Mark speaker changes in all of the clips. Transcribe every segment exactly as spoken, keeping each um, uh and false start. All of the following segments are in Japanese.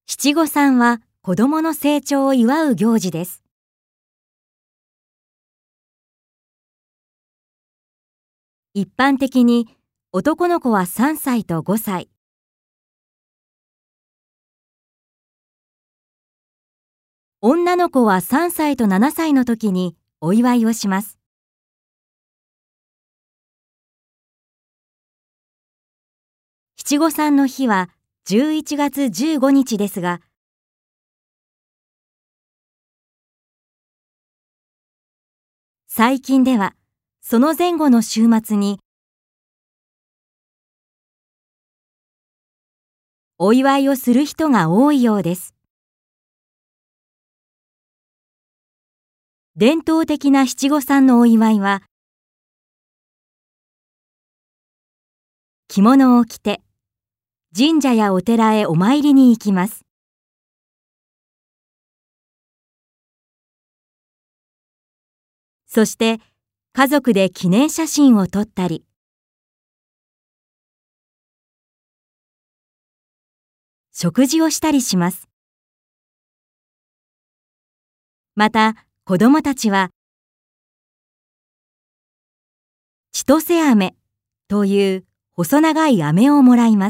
Speaker 1: 七五三は子供の成長を祝う行事です。一般的に男の子はさんさいとごさい、女の子はさんさいとななさいの時にお祝いをします。七五三の日はじゅういちがつじゅうごにちですが、最近ではその前後の週末にお祝いをする人が多いようです。伝統的な七五三のお祝いは、着物を着て神社やお寺へお参りに行きます。そして家族で記念写真を撮ったり、食事をしたりします。また子どもたちは千歳飴という細長い飴をもらいます。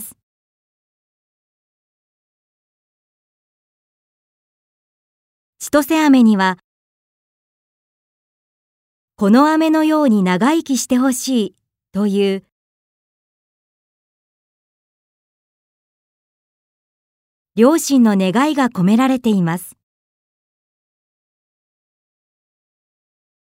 Speaker 1: 千歳飴には、この飴のように長生きしてほしいという両親の願いが込められています。